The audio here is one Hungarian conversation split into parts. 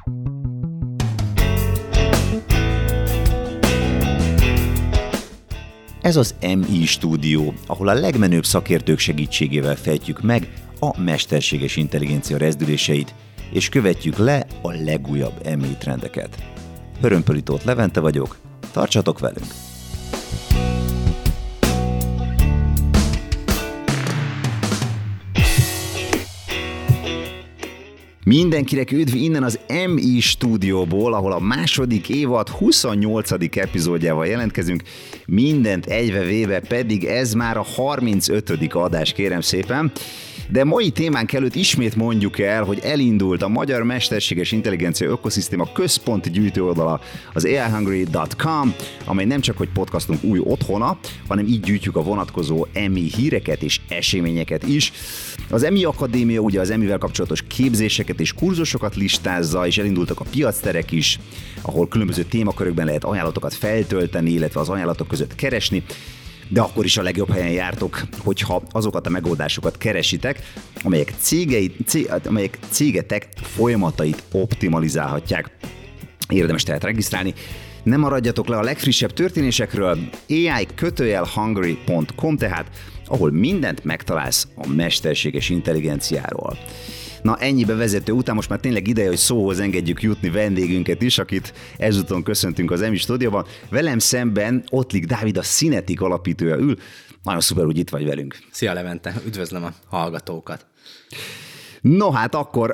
Ez az MI Stúdió, ahol a legmenőbb szakértők segítségével fejtjük meg a mesterséges intelligencia rezdüléseit, és követjük le a legújabb MI trendeket. Hörömpöli Tóth Levente vagyok, tartsatok velünk! Mindenkinek üdv innen az MI Stúdióból, ahol a második évad 28. epizódjával jelentkezünk, mindent egybevéve pedig ez már a 35. adás, kérem szépen. De mai témánk előtt ismét mondjuk el, hogy elindult a magyar mesterséges intelligencia ökoszisztéma központi gyűjtőoldala, az aihungry.com, amely nem csak hogy podcastunk új otthona, hanem így gyűjtjük a vonatkozó MI híreket és eseményeket is. Az MI Akadémia ugye az MI-vel kapcsolatos képzéseket és kurzusokat listázza, és elindultak a piacterek is, ahol különböző témakörökben lehet ajánlatokat feltölteni, illetve az ajánlatok között keresni. De akkor is a legjobb helyen jártok, hogyha azokat a megoldásokat keresitek, amelyek cégetek folyamatait optimalizálhatják. Érdemes tehát regisztrálni. Ne maradjatok le a legfrissebb történésekről, ai-hungry.com tehát, ahol mindent megtalálsz a mesterséges intelligenciáról. Na, ennyi bevezető után most már tényleg ideje, hogy szóhoz engedjük jutni vendégünket is, akit ezúton köszöntünk az MI Stúdióban. Velem szemben Ottlik Dávid, a Synetic alapítója ül. Nagyon szuper, hogy itt vagy velünk. Szia Levente, üdvözlöm a hallgatókat. No hát akkor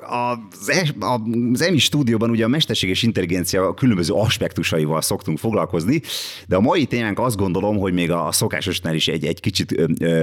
az MI Stúdióban ugye a mesterséges intelligencia különböző aspektusaival szoktunk foglalkozni, de a mai témánk azt gondolom, hogy még a szokásosnál is egy kicsit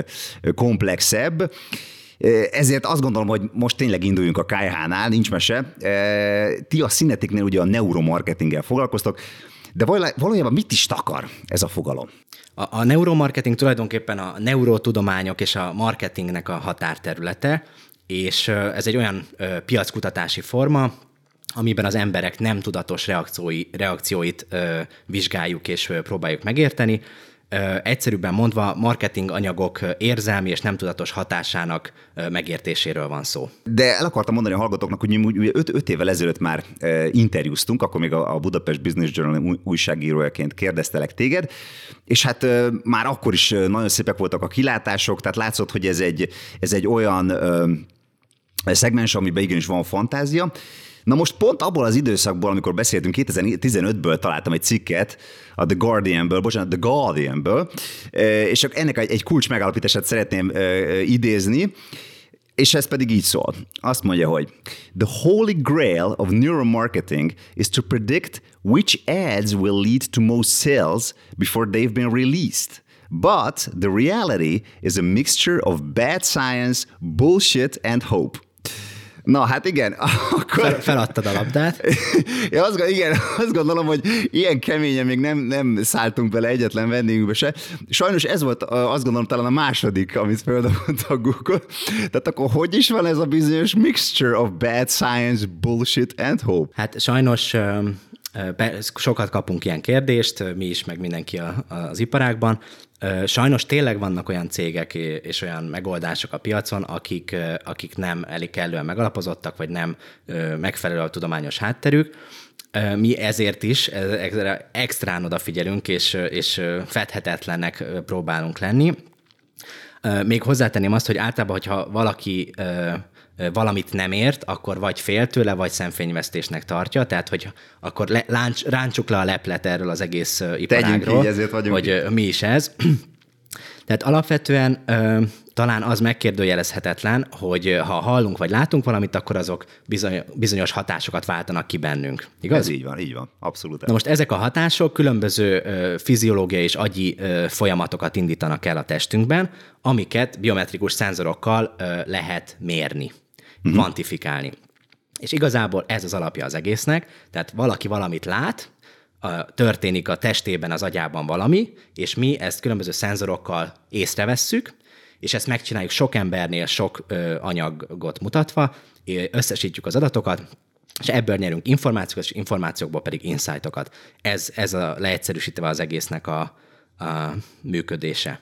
komplexebb. Ezért azt gondolom, hogy most tényleg induljunk a KH-nál, nincs mese. Ti a Syneticnél ugye a neuromarketinggel foglalkoztok, de valójában mit is takar ez a fogalom? A neuromarketing tulajdonképpen a neurotudományok és a marketingnek a határterülete, és ez egy olyan piackutatási forma, amiben az emberek nem tudatos reakcióit vizsgáljuk és próbáljuk megérteni. Egyszerűbben mondva, marketing anyagok érzelmi és nem tudatos hatásának megértéséről van szó. De el akartam mondani a hallgatóknak, hogy mi 5 évvel ezelőtt már interjúztunk, akkor még a Budapest Business Journal újságírójaként kérdeztelek téged, és hát már akkor is nagyon szépek voltak a kilátások, tehát látszott, hogy ez egy olyan szegmens, amiben igenis van fantázia. Na most pont abból az időszakból, amikor beszéltünk, 2015-ből találtam egy cikket, a The Guardianből, és ennek egy kulcs megállapítását szeretném idézni, és ez pedig így szól. Azt mondja, hogy the holy grail of neuromarketing is to predict which ads will lead to most sales before they've been released. But the reality is a mixture of bad science, bullshit and hope. Na, hát igen, akkor... Feladtad a labdát. Ja, azt gondolom, hogy ilyen keményen még nem szálltunk bele egyetlen vendégünkbe se. Sajnos ez volt, azt gondolom, talán a második, amit feldobott a Google. Tehát akkor hogy is van ez a bizonyos mixture of bad science, bullshit and hope? Hát sajnos sokat kapunk ilyen kérdést, mi is, meg mindenki az iparágban. Sajnos tényleg vannak olyan cégek és olyan megoldások a piacon, akik nem elég kellően megalapozottak, vagy nem megfelelő a tudományos hátterük. Mi ezért is extrán odafigyelünk, és fedhetetlenek próbálunk lenni. Még hozzátenném azt, hogy általában, hogyha valaki valamit nem ért, akkor vagy fél tőle, vagy szemfényvesztésnek tartja, tehát hogy akkor rántsuk le a leplet erről az egész iparágról, hogy mi is ez. Tehát alapvetően talán az megkérdőjelezhetetlen, hogy ha hallunk vagy látunk valamit, akkor azok bizonyos hatásokat váltanak ki bennünk. Igaz? Ez így van, abszolút. Na most ezek a hatások különböző fiziológiai és agyi folyamatokat indítanak el a testünkben, amiket biometrikus szenzorokkal lehet mérni, kvantifikálni. És igazából ez az alapja az egésznek, tehát valaki valamit lát, történik a testében, az agyában valami, és mi ezt különböző szenzorokkal észrevesszük, és ezt megcsináljuk sok embernél, sok anyagot mutatva, összesítjük az adatokat, és ebből nyerünk információkat, és információkból pedig insightokat. Ez a leegyszerűsítve az egésznek a működése.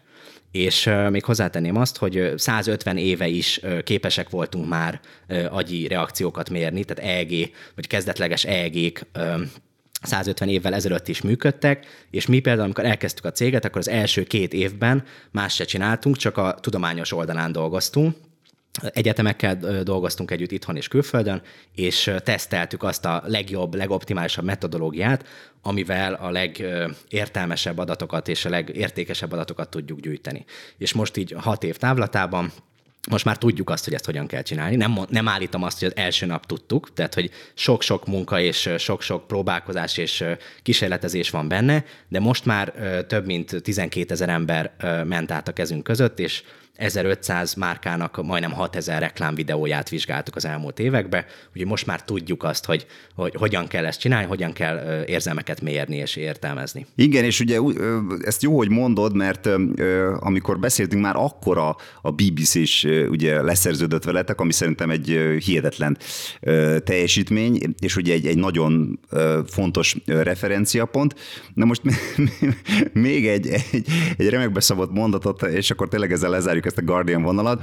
És még hozzátenném azt, hogy 150 éve is képesek voltunk már agyi reakciókat mérni, tehát EEG, vagy kezdetleges EEG-k 150 évvel ezelőtt is működtek, és mi például, amikor elkezdtük a céget, akkor az első 2 évben más se csináltunk, csak a tudományos oldalán dolgoztunk. Egyetemekkel dolgoztunk együtt itthon és külföldön, és teszteltük azt a legjobb, legoptimálisabb metodológiát, amivel a legértelmesebb adatokat és a legértékesebb adatokat tudjuk gyűjteni. És most így 6 év távlatában most már tudjuk azt, hogy ezt hogyan kell csinálni. Nem állítom azt, hogy az első nap tudtuk, tehát hogy sok-sok munka és sok-sok próbálkozás és kísérletezés van benne, de most már több mint 12 000 ember ment át a kezünk között, és 1500 márkának majdnem 6000 reklámvideóját vizsgáltuk az elmúlt években, úgyhogy most már tudjuk azt, hogy hogyan kell ezt csinálni, hogyan kell érzelmeket mérni és értelmezni. Igen, és ugye ezt jó, hogy mondod, mert amikor beszéltünk már akkor a BBC is ugye leszerződött veletek, ami szerintem egy hihetetlen teljesítmény, és ugye egy nagyon fontos referenciapont. Na most még egy remekbe szabott mondatot, és akkor tényleg ezzel lezárjuk ezt a Guardian vonalat.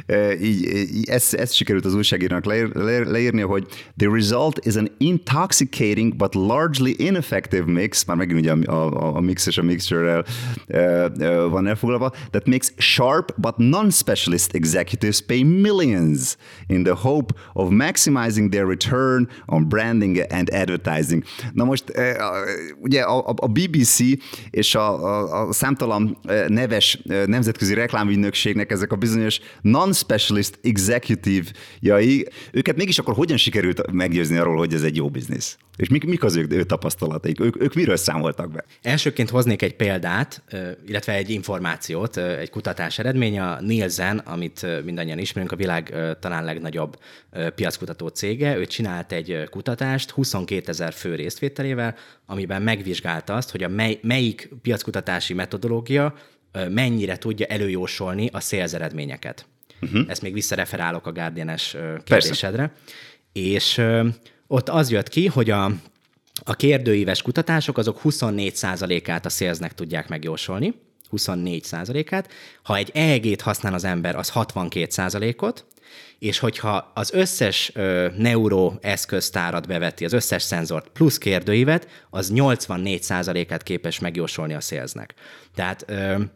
Ezt sikerült az újságírónak leírni, hogy the result is an intoxicating but largely ineffective mix, már megint ugye a mix és a mixture-rel van elfoglalva, that makes sharp but non-specialist executives pay millions in the hope of maximizing their return on branding and advertising. Na most ugye a BBC és a számtalan neves nemzetközi reklámügynökségnek ezek a bizonyos non-specialist executive-jai, őket mégis akkor hogyan sikerült meggyőzni arról, hogy ez egy jó biznisz? És mik az ő tapasztalataik? Ők miről számoltak be? Elsőként hoznék egy példát, illetve egy információt, egy kutatás eredménye, a Nielsen, amit mindannyian ismerünk, a világ talán legnagyobb piackutató cége. Ő csinált egy kutatást 22 000 fő résztvételével, amiben megvizsgálta azt, hogy melyik piackutatási metodológia mennyire tudja előjósolni a sales eredményeket. Ezt még visszareferálok a Guardian-es kérdésedre. És ott az jött ki, hogy a kérdőíves kutatások azok 24%-át a salesnek tudják megjósolni, 24%-át. Ha egy EEG-t használ az ember, az 62%-ot, és hogyha az összes neuroeszköztárat beveti, az összes szenzort plusz kérdőívet, az 84%-át képes megjósolni a salesnek. Tehát,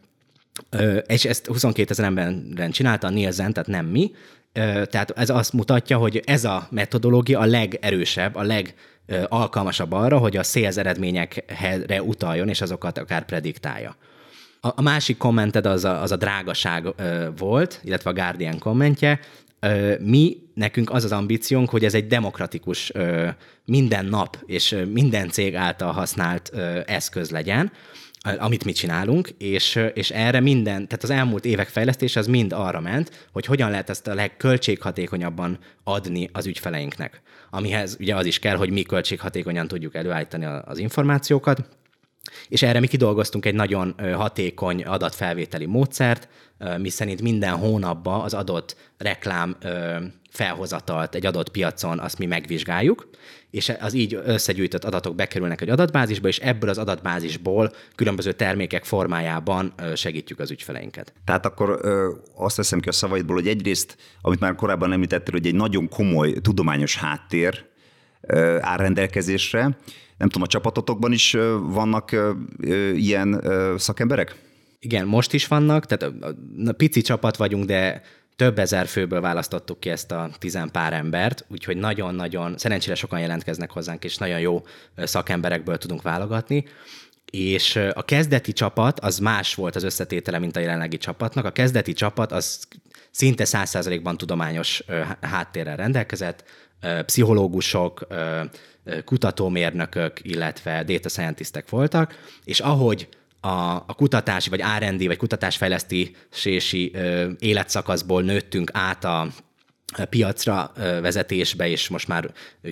és ezt 22 000 emberen csinálta a Nielsen, tehát nem mi. Tehát ez azt mutatja, hogy ez a metodológia a legerősebb, a legalkalmasabb arra, hogy a sales eredményekre utaljon, és azokat akár prediktálja. A másik kommented az a drágaság volt, illetve a Guardian kommentje. Nekünk az ambíciónk, hogy ez egy demokratikus, minden nap és minden cég által használt eszköz legyen, amit mi csinálunk, és erre tehát az elmúlt évek fejlesztése az mind arra ment, hogy hogyan lehet ezt a legköltséghatékonyabban adni az ügyfeleinknek. Amihez ugye az is kell, hogy mi költséghatékonyan tudjuk előállítani az információkat, és erre mi kidolgoztunk egy nagyon hatékony adatfelvételi módszert, miszerint minden hónapban az adott reklám felhozatalt egy adott piacon, azt mi megvizsgáljuk, és az így összegyűjtött adatok bekerülnek egy adatbázisba, és ebből az adatbázisból különböző termékek formájában segítjük az ügyfeleinket. Tehát akkor azt veszem ki a szavaidból, hogy egyrészt, amit már korábban említettél, hogy egy nagyon komoly tudományos háttér áll rendelkezésre. Nem tudom, a csapatotokban is vannak ilyen szakemberek? Igen, most is vannak, tehát pici csapat vagyunk, de több ezer főből választottuk ki ezt a 10 pár embert, úgyhogy nagyon-nagyon, szerencsére sokan jelentkeznek hozzánk, és nagyon jó szakemberekből tudunk válogatni. És a kezdeti csapat az más volt az összetétele, mint a jelenlegi csapatnak. A kezdeti csapat az szinte 100%-ban tudományos háttérrel rendelkezett, pszichológusok, kutatómérnökök, illetve data scientistek voltak, és ahogy a kutatási, vagy R&D, vagy kutatásfejlesztési életszakaszból nőttünk át a piacra, vezetésbe, és most már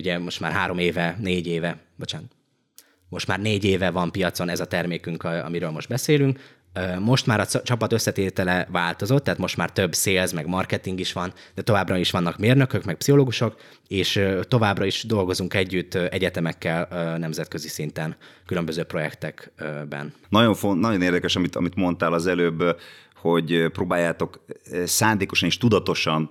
4 éve van piacon ez a termékünk, amiről most beszélünk. Most már a csapat összetétele változott, tehát most már több sales, meg marketing is van, de továbbra is vannak mérnökök, meg pszichológusok, és továbbra is dolgozunk együtt egyetemekkel nemzetközi szinten, különböző projektekben. Nagyon érdekes, amit mondtál az előbb, hogy próbáljátok szándékosan és tudatosan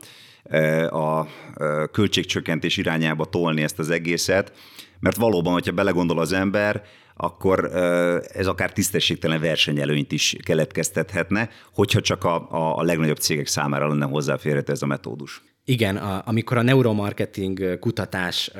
a költségcsökkentés irányába tolni ezt az egészet, mert valóban, hogyha belegondol az ember, akkor ez akár tisztességtelen versenyelőnyt is keletkeztethetne, hogyha csak a legnagyobb cégek számára lenne hozzáférhető ez a metódus. Igen, amikor a neuromarketing kutatás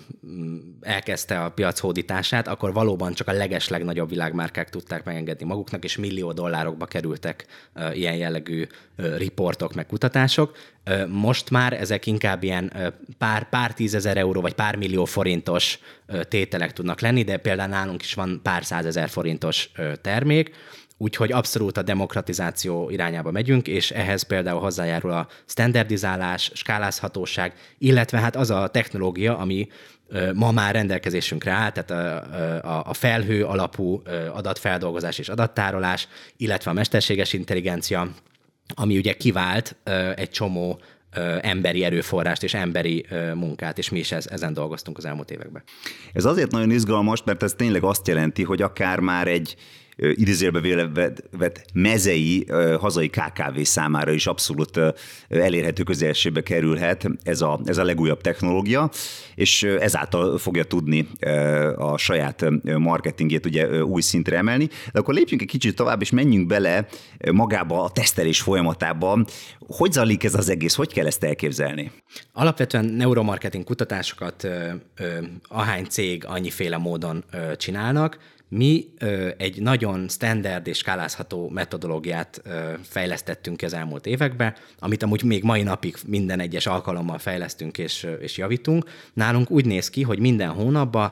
elkezdte a piac hódítását, akkor valóban csak a legeslegnagyobb világmárkák tudták megengedni maguknak, és millió dollárokba kerültek ilyen jellegű riportok, meg kutatások. Most már ezek inkább ilyen pár tízezer euró, vagy pár millió forintos tételek tudnak lenni, de például nálunk is van pár százezer forintos termék, úgyhogy abszolút a demokratizáció irányába megyünk, és ehhez például hozzájárul a standardizálás, skálázhatóság, illetve hát az a technológia, ami ma már rendelkezésünkre áll, tehát a felhő alapú adatfeldolgozás és adattárolás, illetve a mesterséges intelligencia, ami ugye kivált egy csomó emberi erőforrást és emberi munkát, és mi is ezen dolgoztunk az elmúlt években. Ez azért nagyon izgalmas, mert ez tényleg azt jelenti, hogy akár már egy idézőjelbe vett mezei hazai KKV számára is abszolút elérhető közelségbe kerülhet ez a legújabb technológia, és ezáltal fogja tudni a saját marketingjét ugye új szintre emelni. De akkor lépjünk egy kicsit tovább, és menjünk bele magába a tesztelés folyamatába. Hogy zajlik ez az egész? Hogy kell ezt elképzelni? Alapvetően neuromarketing kutatásokat ahány cég annyiféle módon csinálnak. Mi egy nagyon standard és skálázható metodológiát fejlesztettünk az elmúlt években, amit amúgy még mai napig minden egyes alkalommal fejlesztünk és javítunk. Nálunk úgy néz ki, hogy minden hónapban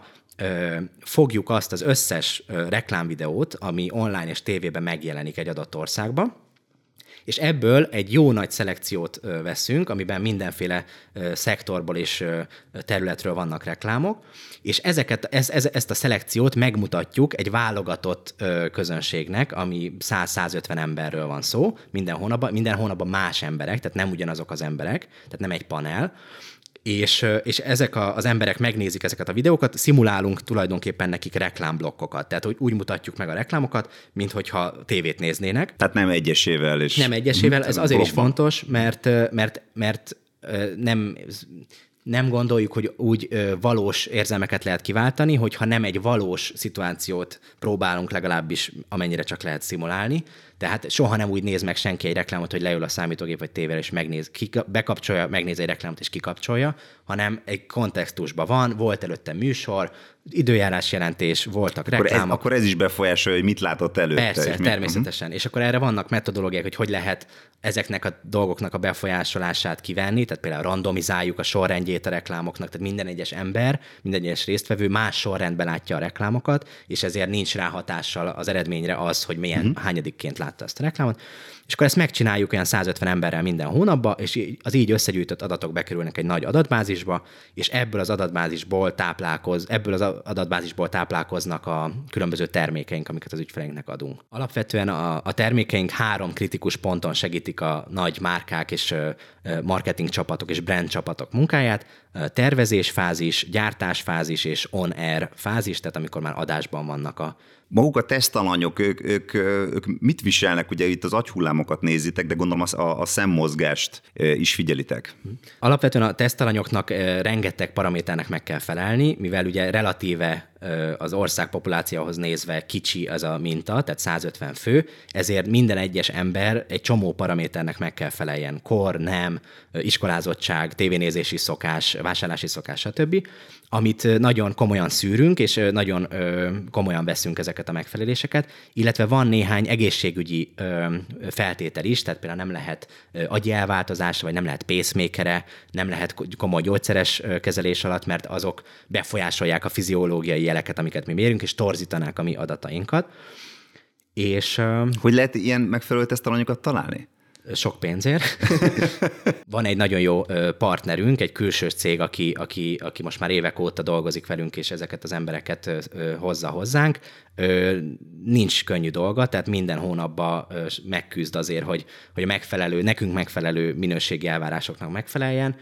fogjuk azt az összes reklámvideót, ami online és tévében megjelenik egy adott országban, és ebből egy jó nagy szelekciót veszünk, amiben mindenféle szektorból és területről vannak reklámok, és ezt a szelekciót megmutatjuk egy válogatott közönségnek, ami 100-150 emberről van szó minden hónapban más emberek, tehát nem ugyanazok az emberek, tehát nem egy panel, és ezek az emberek megnézik ezeket a videókat, szimulálunk tulajdonképpen nekik reklámblokkokat. Tehát úgy mutatjuk meg a reklámokat, minthogyha tévét néznének. Tehát nem egyesével. Nem egyesével, ez azért is fontos, mert nem gondoljuk, hogy úgy valós érzelmeket lehet kiváltani, hogyha nem egy valós szituációt próbálunk legalábbis amennyire csak lehet szimulálni. Tehát soha nem úgy néz meg senki egy reklámot, hogy leül a számítógép vagy tévére, és bekapcsolja, megnéz egy reklámot, és kikapcsolja, hanem egy kontextusban van, volt előtte műsor, időjárás jelentés, voltak reklámok. Akkor ez is befolyásolja, hogy mit látott előtte. Persze, természetesen. És akkor erre vannak metodológiák, hogy lehet ezeknek a dolgoknak a befolyásolását kivenni, tehát például randomizáljuk a sorrendjét a reklámoknak, tehát minden egyes ember, minden egyes résztvevő más sorrendben látja a reklámokat, és ezért nincs rá hatással az eredményre az, hogy hányadikként látta ezt a reklámot. És akkor ezt megcsináljuk olyan 150 emberrel minden hónapban, és az így összegyűjtött adatok bekerülnek egy nagy adatbázisba, és ebből az adatbázisból táplálkoznak a különböző termékeink, amiket az ügyfeleinknek adunk. Alapvetően a termékeink 3 kritikus ponton segítik a nagy márkák és marketing csapatok és brand csapatok munkáját: tervezésfázis, gyártásfázis és on-air fázis, tehát amikor már adásban vannak Maguk a tesztalanyok, ők mit viselnek? Ugye itt az agyhullámokat nézitek, de gondolom a szemmozgást is figyelitek. Alapvetően a tesztalanyoknak rengeteg paraméternek meg kell felelni, mivel ugye relatíve az ország populációhoz nézve kicsi az a minta, tehát 150 fő, ezért minden egyes ember egy csomó paraméternek meg kell feleljen. Kor, nem, iskolázottság, tévénézési szokás, vásárlási szokás, stb., amit nagyon komolyan szűrünk, és nagyon komolyan veszünk ezeket a megfeleléseket, illetve van néhány egészségügyi feltétel is, tehát például nem lehet agyi elváltozás, vagy nem lehet pacemaker-e, nem lehet komoly gyógyszeres kezelés alatt, mert azok befolyásolják a fiziológiai jeleket, amiket mi mérünk, és torzítanák a mi adatainkat. És, hogy lehet ilyen megfelelő tesztalanyokat találni? Sok pénzért. Van egy nagyon jó partnerünk, egy külsős cég, aki most már évek óta dolgozik velünk, és ezeket az embereket hozza hozzánk. Nincs könnyű dolga, tehát minden hónapban megküzd azért, hogy nekünk megfelelő minőségi elvárásoknak megfeleljen.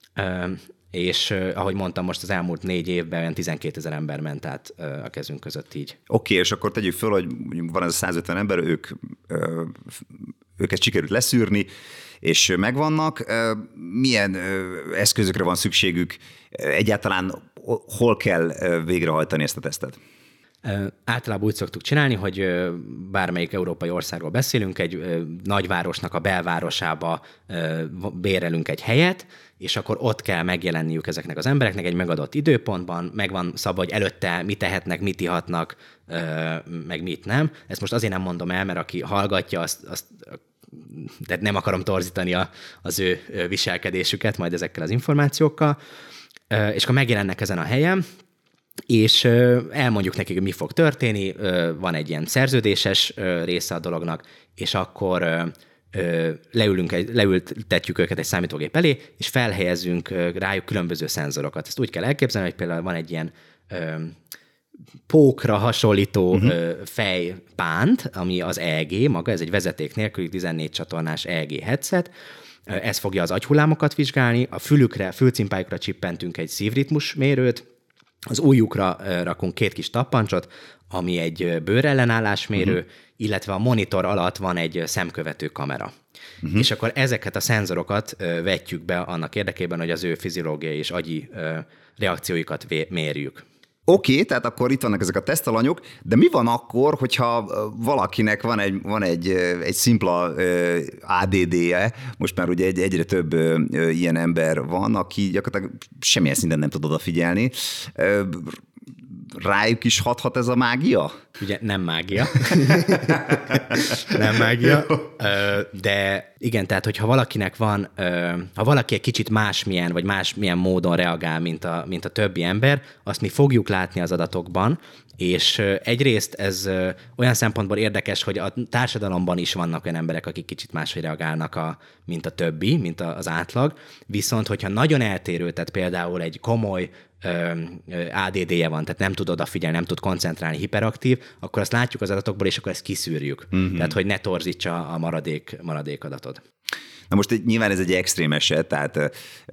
És ahogy mondtam, most az elmúlt 4 évben olyan 12 000 ember ment át a kezünk között így. Oké, és akkor tegyük föl, hogy van ez a 150 ember, ők őket sikerült leszűrni, és megvannak. Milyen eszközökre van szükségük? Egyáltalán hol kell végrehajtani ezt a tesztet? Általában úgy szoktuk csinálni, hogy bármelyik európai országról beszélünk, egy nagyvárosnak a belvárosába bérelünk egy helyet, és akkor ott kell megjelenniük ezeknek az embereknek egy megadott időpontban, meg van szabva, hogy előtte mit tehetnek, mit ihatnak, meg mit nem. Ezt most azért nem mondom el, mert aki hallgatja, azt tehát nem akarom torzítani az ő viselkedésüket majd ezekkel az információkkal, és akkor megjelennek ezen a helyen, és elmondjuk nekik, hogy mi fog történni, van egy ilyen szerződéses része a dolognak, és akkor leültetjük őket egy számítógép elé, és felhelyezzünk rájuk különböző szenzorokat. Ezt úgy kell elképzelni, hogy például van egy ilyen pókra hasonlító fejpánt, ami az EEG maga, ez egy vezeték nélküli 14 csatornás EEG headset. Ez fogja az agyhullámokat vizsgálni, a fülcimpájukra csippentünk egy szívritmusmérőt, az ujjukra rakunk 2 kis tappancsot, ami egy bőrellenállásmérő, illetve a monitor alatt van egy szemkövető kamera. És akkor ezeket a szenzorokat vetjük be annak érdekében, hogy az ő fiziológiai és agyi reakcióikat mérjük. Oké, tehát akkor itt vannak ezek a tesztalanyok, de mi van akkor, hogyha valakinek van egy szimpla ADD-je, most már ugye egyre több ilyen ember van, aki gyakorlatilag semmilyen szinten nem tud odafigyelni. Rájuk is hathat ez a mágia? Ugye nem mágia. Nem mágia. De igen, tehát hogyha valakinek van, ha valaki egy kicsit másmilyen, vagy másmilyen módon reagál, mint a többi ember, azt mi fogjuk látni az adatokban, és egyrészt ez olyan szempontból érdekes, hogy a társadalomban is vannak olyan emberek, akik kicsit máshogy reagálnak, mint a többi, mint az átlag, viszont hogyha nagyon eltérő, tehát például egy komoly ADD-je van, tehát nem tud odafigyelni, nem tud koncentrálni, hiperaktív, akkor azt látjuk az adatokból, és akkor ezt kiszűrjük. Tehát, hogy ne torzítsa a maradék adatot. Na most nyilván ez egy extrém eset, tehát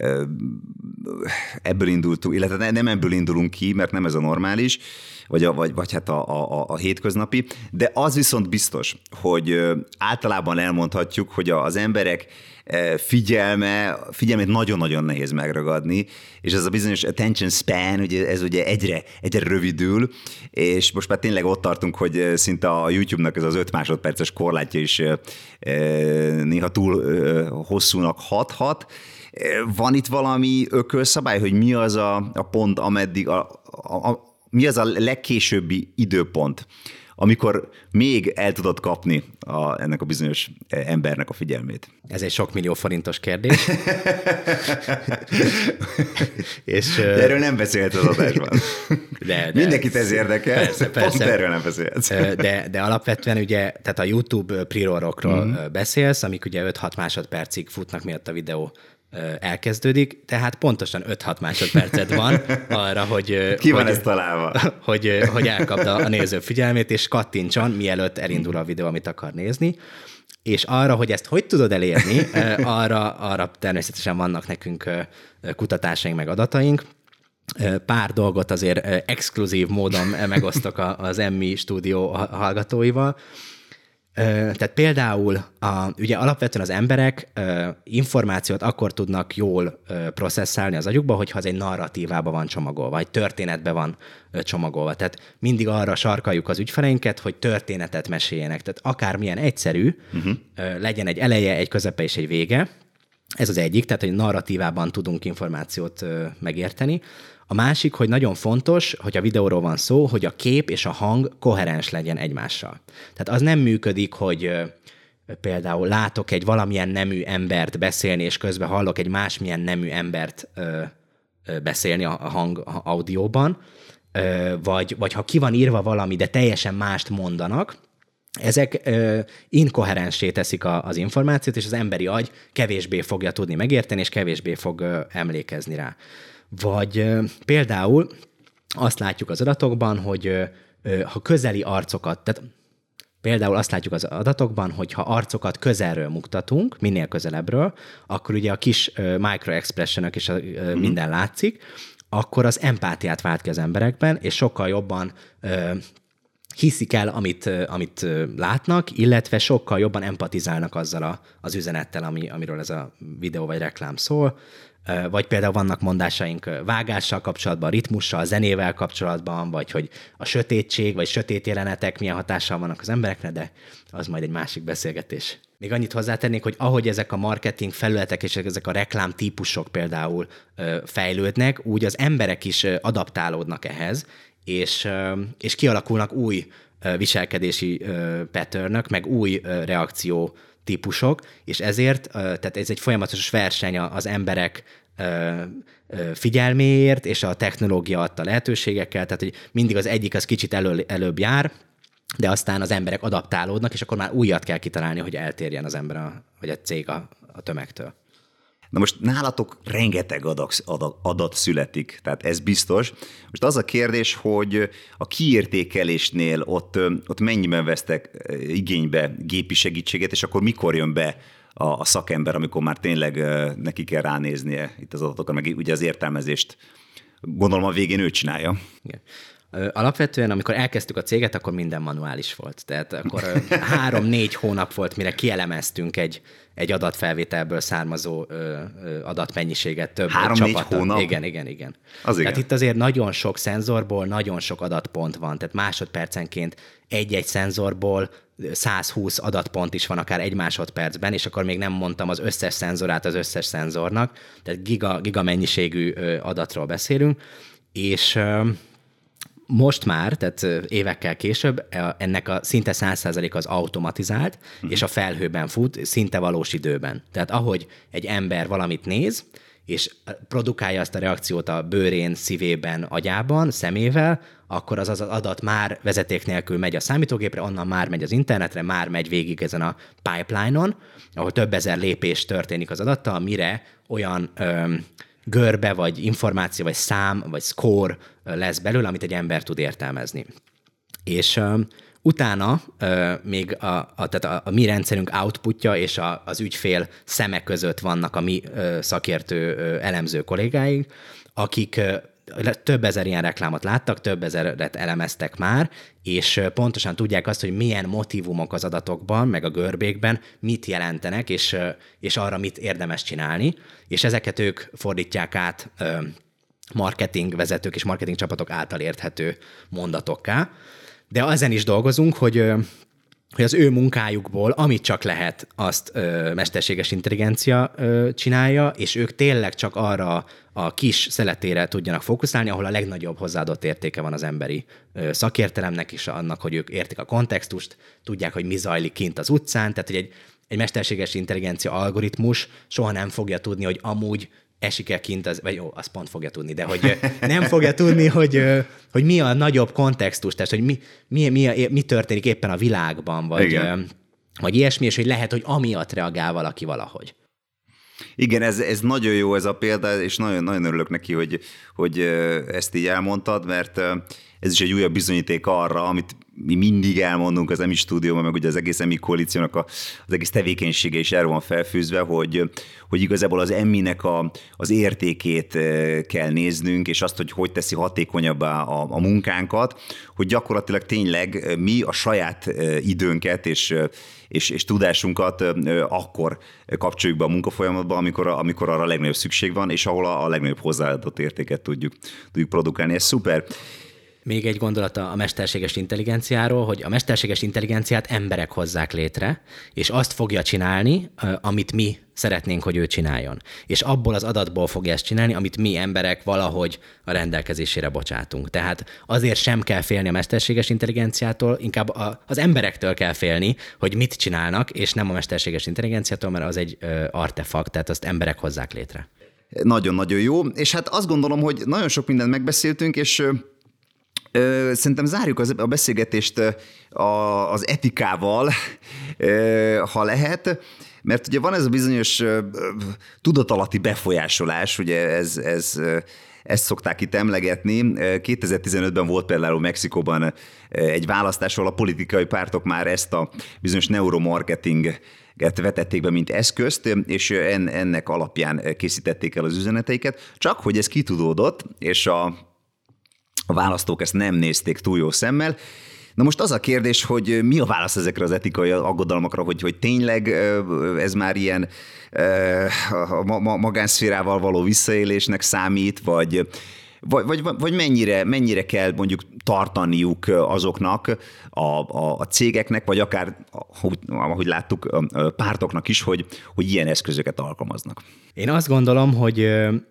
ebből indultunk, illetve nem ebből indulunk ki, mert nem ez a normális, vagy hát a hétköznapi, de az viszont biztos, hogy általában elmondhatjuk, hogy az emberek figyelmét nagyon-nagyon nehéz megragadni, és ez a bizonyos attention span, ugye ez ugye egyre rövidül, és most már tényleg ott tartunk, hogy szinte a YouTube-nak ez az 5 másodperces korlátja is néha túl hosszúnak hathat. Van itt valami ökölszabály, hogy mi az a pont, ameddig mi az a legkésőbbi időpont, amikor még el tudod kapni ennek a bizonyos embernek a figyelmét? Ez egy sok millió forintos kérdés. De erről nem beszélt az adásban. De mindenkit ez érdekel, persze. Pont erről nem beszélsz. De alapvetően ugye, tehát a YouTube pre-rollokról beszélsz, amik ugye 5-6 másodpercig futnak, miatt a videó elkezdődik, tehát pontosan 5-6 másodpercet van arra, hogy... Ki van ezt találva? Hogy elkapd a néző figyelmét, és kattintson, mielőtt elindul a videó, amit akar nézni. És arra, hogy ezt hogy tudod elérni, arra természetesen vannak nekünk kutatásaink, meg adataink. Pár dolgot azért exkluzív módon megosztok az Emmi stúdió hallgatóival. Tehát például ugye alapvetően az emberek információt akkor tudnak jól processzálni az agyukba, hogyha az egy narratívába van csomagolva, egy történetbe van csomagolva. Tehát mindig arra sarkaljuk az ügyfeleinket, hogy történetet meséljenek. Tehát akármilyen egyszerű, legyen egy eleje, egy közepe és egy vége. Ez az egyik, tehát hogy narratívában tudunk információt megérteni. A másik, hogy nagyon fontos, hogy a videóról van szó, hogy a kép és a hang koherens legyen egymással. Tehát az nem működik, hogy például látok egy valamilyen nemű embert beszélni, és közben hallok egy másmilyen nemű embert beszélni a hang audióban, vagy ha ki van írva valami, de teljesen mást mondanak, ezek inkoherenssé teszik az információt, és az emberi agy kevésbé fogja tudni megérteni, és kevésbé fog emlékezni rá. Vagy például azt látjuk az adatokban, hogy ha közeli arcokat, tehát például azt látjuk az adatokban, hogy ha arcokat közelről mutatunk, minél közelebbről, akkor ugye a kis microexpressionok és minden látszik, akkor az empátiát vált ki az emberekben, és sokkal jobban hiszik el, amit látnak, illetve sokkal jobban empatizálnak azzal az üzenettel, amiről ez a videó vagy reklám szól. Vagy például vannak mondásaink vágással kapcsolatban, ritmussal, zenével kapcsolatban, vagy hogy a sötétség, vagy sötét jelenetek milyen hatással vannak az emberekre, de az majd egy másik beszélgetés. Még annyit hozzátennék, hogy ahogy ezek a marketing felületek és ezek a reklám típusok például fejlődnek, úgy az emberek is adaptálódnak ehhez, és kialakulnak új viselkedési patternök, meg új reakció típusok, és ezért, tehát ez egy folyamatos verseny az emberek figyelméért, és a technológia adta lehetőségekkel, tehát hogy mindig az egyik az kicsit előbb jár, de aztán az emberek adaptálódnak, és akkor már újat kell kitalálni, hogy eltérjen az ember, vagy a cég a tömegtől. Na most nálatok rengeteg adat születik, tehát ez biztos. Most az a kérdés, hogy a kiértékelésnél ott mennyiben vesztek igénybe gépi segítséget, és akkor mikor jön be a szakember, amikor már tényleg neki kell ránéznie itt az adatokra, meg ugye az értelmezést. Gondolom a végén ő csinálja. Igen. Alapvetően, amikor elkezdtük a céget, akkor minden manuális volt. Tehát akkor 3-4 hónap volt, mire kielemeztünk egy adatfelvételből származó adatmennyiséget több 3-4 hónap? Igen. Az Tehát itt azért nagyon sok szenzorból nagyon sok adatpont van. Tehát másodpercenként egy-egy szenzorból 120 adatpont is van akár egy másodpercben, és akkor még nem mondtam az összes szenzorát az összes szenzornak. Tehát giga mennyiségű adatról beszélünk, és most már, tehát évekkel később, ennek a szinte 100% az automatizált, és a felhőben fut, szinte valós időben. Tehát ahogy egy ember valamit néz, és produkálja azt a reakciót a bőrén, szívében, agyában, szemével, akkor az adat már vezeték nélkül megy a számítógépre, onnan már megy az internetre, már megy végig ezen a pipeline-on, ahol több ezer lépés történik az adattal, mire olyan görbe, vagy információ, vagy szám, vagy score lesz belőle, amit egy ember tud értelmezni. És utána még tehát a mi rendszerünk outputja és az ügyfél szeme között vannak a mi szakértő elemző kollégáink, akik több ezer ilyen reklámot láttak, több ezeret elemeztek már, és pontosan tudják azt, hogy milyen motívumok az adatokban, meg a görbékben mit jelentenek, és arra mit érdemes csinálni, és ezeket ők fordítják át marketing vezetők és marketing csapatok által érthető mondatokká. De ezen is dolgozunk, hogy az ő munkájukból, amit csak lehet, azt mesterséges intelligencia csinálja, és ők tényleg csak arra a kis szeletére tudjanak fókuszálni, ahol a legnagyobb hozzáadott értéke van az emberi szakértelemnek, és annak, hogy ők értik a kontextust, tudják, hogy mi zajlik kint az utcán, tehát hogy egy mesterséges intelligencia algoritmus soha nem fogja tudni, hogy amúgy esik-e kint, vagy jó, azt pont fogja tudni, de hogy nem fogja tudni, hogy mi a nagyobb kontextus, tehát hogy mi történik éppen a világban, vagy ilyesmi, és hogy lehet, hogy amiatt reagál valaki valahogy. Igen, ez nagyon jó ez a példa, és nagyon, nagyon örülök neki, hogy ezt így elmondtad, mert ez is egy újabb bizonyíték arra, amit mi mindig elmondunk az EMI stúdióban, meg ugye az egész EMI koalíciónak az egész tevékenysége is erről van felfűzve, hogy igazából az EMI-nek az értékét kell néznünk, és azt, hogy teszi hatékonyabbá a munkánkat, hogy gyakorlatilag tényleg mi a saját időnket és tudásunkat akkor kapcsoljuk be a munkafolyamatba, amikor arra a legnagyobb szükség van, és ahol a legnagyobb hozzáadott értéket tudjuk produkálni. Ez szuper. Még egy gondolat a mesterséges intelligenciáról, hogy a mesterséges intelligenciát emberek hozzák létre, és azt fogja csinálni, amit mi szeretnénk, hogy ő csináljon. És abból az adatból fogja ezt csinálni, amit mi emberek valahogy a rendelkezésére bocsátunk. Tehát azért sem kell félni a mesterséges intelligenciától, inkább az emberektől kell félni, hogy mit csinálnak, és nem a mesterséges intelligenciától, mert az egy artefakt, tehát azt emberek hozzák létre. Nagyon-nagyon jó, és hát azt gondolom, hogy nagyon sok mindent megbeszéltünk, és szerintem zárjuk a beszélgetést az etikával, ha lehet, mert ugye van ez a bizonyos tudatalatti befolyásolás, ugye ezt szokták itt emlegetni. 2015-ben volt például Mexikóban egy választás, ahol a politikai pártok már ezt a bizonyos neuromarketinget vetették be, mint eszközt, és ennek alapján készítették el az üzeneteiket, csak hogy ez kitudódott, és a választók ezt nem nézték túl jó szemmel. Na most az a kérdés, hogy mi a válasz ezekre az etikai aggodalmakra, hogy tényleg ez már ilyen magánszférával való visszaélésnek számít, vagy mennyire kell mondjuk tartaniuk azoknak a cégeknek, vagy akár, ahogy láttuk, pártoknak is, hogy ilyen eszközöket alkalmaznak. Én azt gondolom, hogy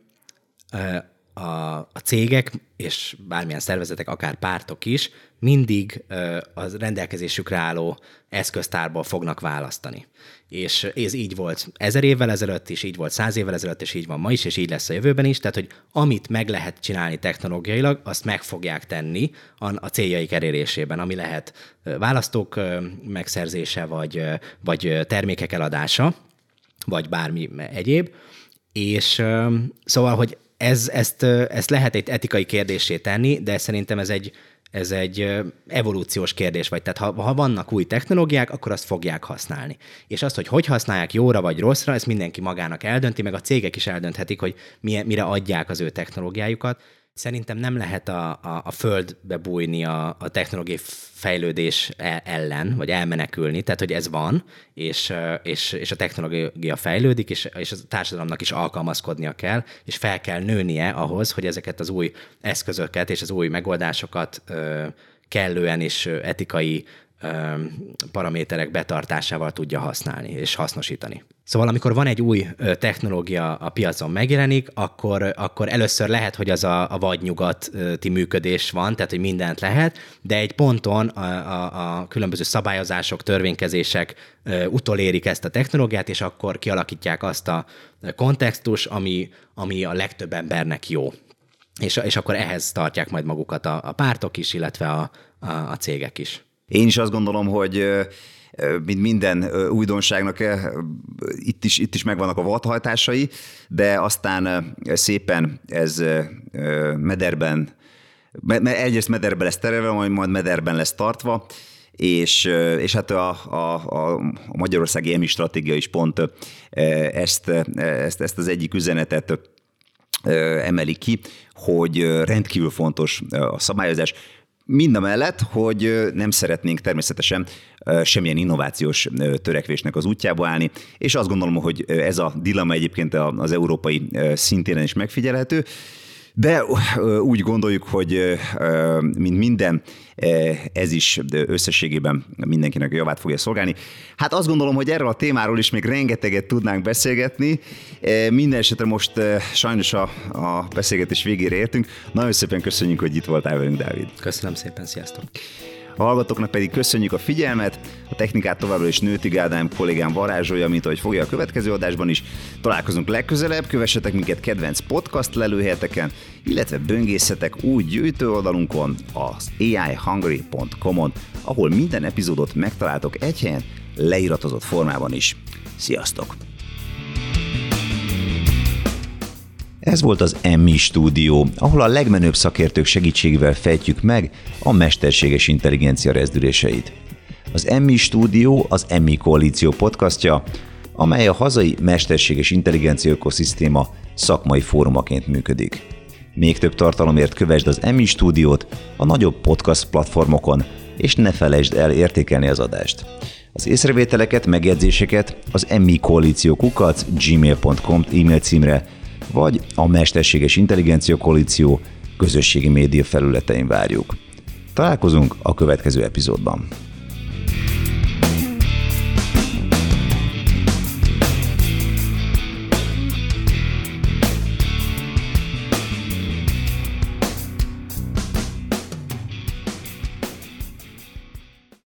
a cégek és bármilyen szervezetek, akár pártok is mindig a rendelkezésükre álló eszköztárból fognak választani. És ez így volt 1000 évvel ezelőtt is, így volt 100 évvel ezelőtt, és így van ma is, és így lesz a jövőben is. Tehát, hogy amit meg lehet csinálni technológiailag, azt meg fogják tenni a céljaik elérésében, ami lehet választók megszerzése, vagy termékek eladása, vagy bármi egyéb. És szóval, hogy ezt lehet egy etikai kérdéssé tenni, de szerintem ez egy evolúciós kérdés, vagy tehát ha vannak új technológiák, akkor azt fogják használni. És azt, hogy használják jóra vagy rosszra, ezt mindenki magának eldönti, meg a cégek is eldönthetik, hogy mire adják az ő technológiájukat. Szerintem nem lehet a földbe bújni a technológiai fejlődés ellen, vagy elmenekülni, tehát hogy ez van, és a technológia fejlődik, és a társadalomnak is alkalmazkodnia kell, és fel kell nőnie ahhoz, hogy ezeket az új eszközöket és az új megoldásokat kellően és etikai paraméterek betartásával tudja használni és hasznosítani. Szóval amikor van egy új technológia a piacon megjelenik, akkor először lehet, hogy az a vadnyugati működés van, tehát hogy mindent lehet, de egy ponton a különböző szabályozások, törvénykezések utolérik ezt a technológiát, és akkor kialakítják azt a kontextus, ami a legtöbb embernek jó. És akkor ehhez tartják majd magukat a pártok is, illetve a cégek is. Én is azt gondolom, hogy mint minden újdonságnak itt is megvannak a vadhajtásai, de aztán szépen ez mederben, egyrészt mederben lesz terelve, majd mederben lesz tartva, és hát a magyarországi EMI stratégia is pont ezt az egyik üzenetet emeli ki, hogy rendkívül fontos a szabályozás, mindamellett, hogy nem szeretnénk természetesen semmilyen innovációs törekvésnek az útjába állni, és azt gondolom, hogy ez a dilemma egyébként az európai szintéren is megfigyelhető, de úgy gondoljuk, hogy mint minden, ez is összességében mindenkinek javát fogja szolgálni. Hát azt gondolom, hogy erről a témáról is még rengeteget tudnánk beszélgetni. Minden esetre most sajnos a beszélgetés végére értünk. Nagyon szépen köszönjük, hogy itt voltál velünk, Dávid. Köszönöm szépen, sziasztok! A hallgatóknak pedig köszönjük a figyelmet, a technikát továbbra is Nőtig Ádám kollégám varázsolja, mint ahogy fogja a következő adásban is. Találkozunk legközelebb, kövessetek minket kedvenc podcast lelőhelyeteken, illetve böngészetek új gyűjtő oldalunkon, az aihungary.com-on, ahol minden epizódot megtaláltok egy helyen, leiratozott formában is. Sziasztok! Ez volt az Emmi Stúdió, ahol a legmenőbb szakértők segítségével fejtjük meg a mesterséges intelligencia rezdüléseit. Az Emmi Stúdió az Emmi Koalíció podcastja, amely a hazai mesterséges intelligencia ökoszisztéma szakmai fórumaként működik. Még több tartalomért kövesd az Emmi Stúdiót a nagyobb podcast platformokon, és ne felejtsd el értékelni az adást. Az észrevételeket, megjegyzéseket az emmikoalíció@gmail.com e-mail címre, vagy a Mesterséges Intelligencia Koalíció közösségi média felületein várjuk. Találkozunk a következő epizódban.